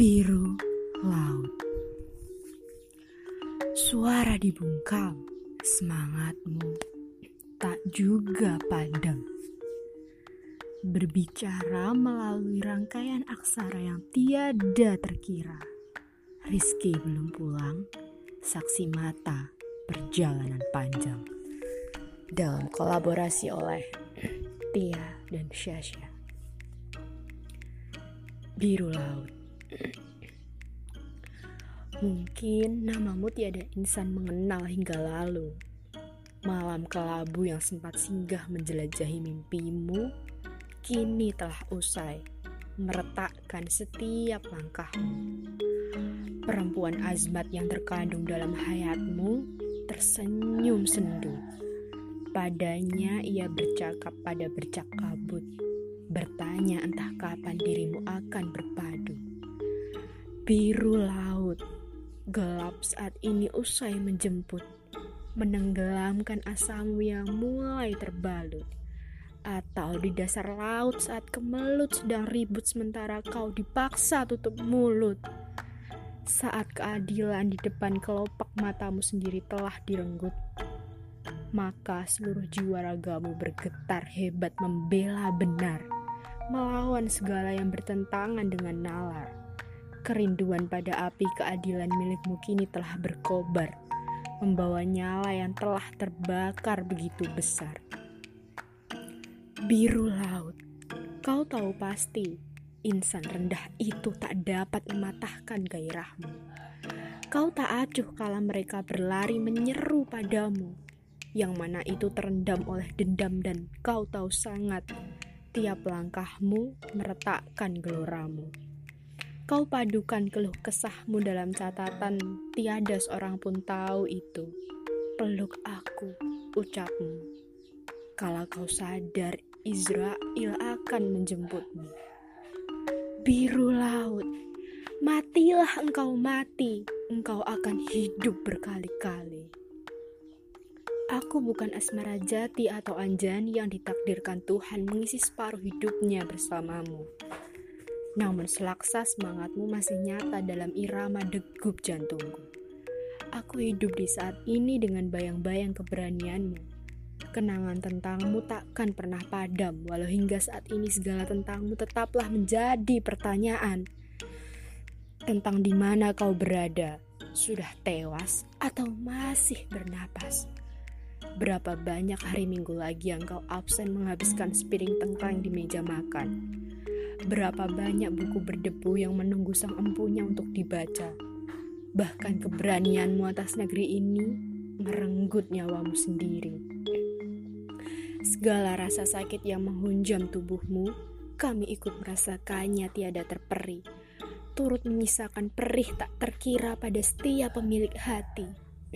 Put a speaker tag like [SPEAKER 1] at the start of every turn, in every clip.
[SPEAKER 1] Biru laut. Suara dibungkam, semangatmu tak juga padam. Berbicara melalui rangkaian aksara yang tiada terkira. Rizky belum pulang, saksi mata perjalanan panjang. Dalam kolaborasi oleh Tia dan Syasha. Biru laut. Mungkin namamu tiada insan mengenal hingga lalu. Malam kelabu yang sempat singgah menjelajahi mimpimu, kini telah usai, meretakkan setiap langkahmu. Perempuan azmat yang terkandung dalam hayatmu tersenyum sendu. Padanya ia bercakap pada bercak kabut, bertanya entah kapan dirimu akan berpadu. Biru laut, gelap saat ini usai menjemput, menenggelamkan asamu yang mulai terbalut. Atau di dasar laut saat kemelut sedang ribut sementara kau dipaksa tutup mulut. Saat keadilan di depan kelopak matamu sendiri telah direnggut, maka seluruh jiwa ragamu bergetar hebat membela benar, melawan segala yang bertentangan dengan nalar. Kerinduan pada api keadilan milikmu kini telah berkobar, membawa nyala yang telah terbakar begitu besar. Biru laut, kau tahu pasti, insan rendah itu tak dapat mematahkan gairahmu. Kau tak acuh kala mereka berlari menyeru padamu, yang mana itu terendam oleh dendam dan kau tahu sangat, tiap langkahmu meretakkan geloramu. Kau padukan keluh kesahmu dalam catatan, tiada seorang pun tahu itu. Peluk aku, ucapmu. Kala kau sadar, Israel akan menjemputmu. Biru laut, matilah engkau mati, engkau akan hidup berkali-kali. Aku bukan asmara jati atau anjani yang ditakdirkan Tuhan mengisi separuh hidupnya bersamamu. Namun selaksa semangatmu masih nyata dalam irama degup jantungku. Aku hidup di saat ini dengan bayang-bayang keberanianmu. Kenangan tentangmu takkan pernah padam, walau hingga saat ini segala tentangmu tetaplah menjadi pertanyaan. Tentang di mana kau berada, sudah tewas atau masih bernapas? Berapa banyak hari minggu lagi yang kau absen menghabiskan sepiring tengkleng di meja makan? Berapa banyak buku berdebu yang menunggu sang empunya untuk dibaca? Bahkan keberanianmu atas negeri ini merenggut nyawamu sendiri. Segala rasa sakit yang menghunjam tubuhmu, kami ikut merasakannya tiada terperi. Turut menyisakan perih tak terkira pada setiap pemilik hati.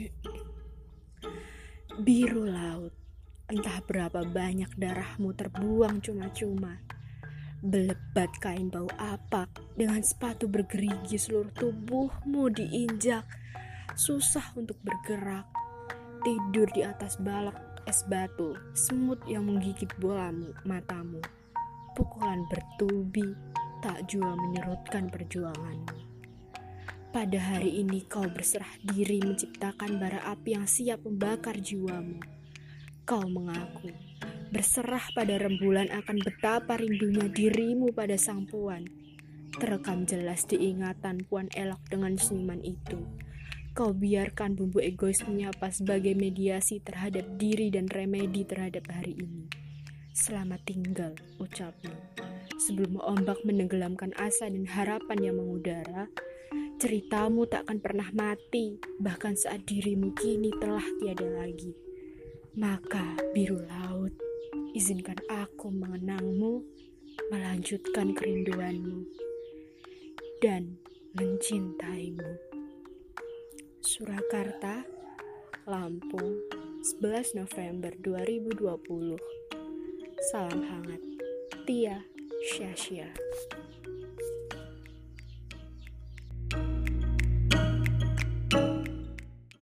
[SPEAKER 1] Biru laut, entah berapa banyak darahmu terbuang cuma-cuma. Belebat kain bau apak, dengan sepatu bergerigi seluruh tubuhmu diinjak. Susah untuk bergerak, tidur di atas balok es batu, semut yang menggigit bolamu, matamu. Pukulan bertubi tak jua menyerutkan perjuanganmu. Pada hari ini kau berserah diri menciptakan bara api yang siap membakar jiwamu. Kau mengaku berserah pada rembulan akan betapa rindunya dirimu pada sang puan. Terekam jelas diingatan puan elok dengan senyuman itu. Kau biarkan bumbu egois menyapa sebagai mediasi terhadap diri dan remedi terhadap hari ini. Selamat tinggal, ucapmu. Sebelum ombak menenggelamkan asa dan harapan yang mengudara, ceritamu tak akan pernah mati, bahkan saat dirimu kini telah tiada lagi. Maka, biru laut, izinkan aku mengenangmu, melanjutkan kerinduanmu, dan mencintaimu. Surakarta, Lampung, 11 November 2020. Salam hangat, Tia Syasha.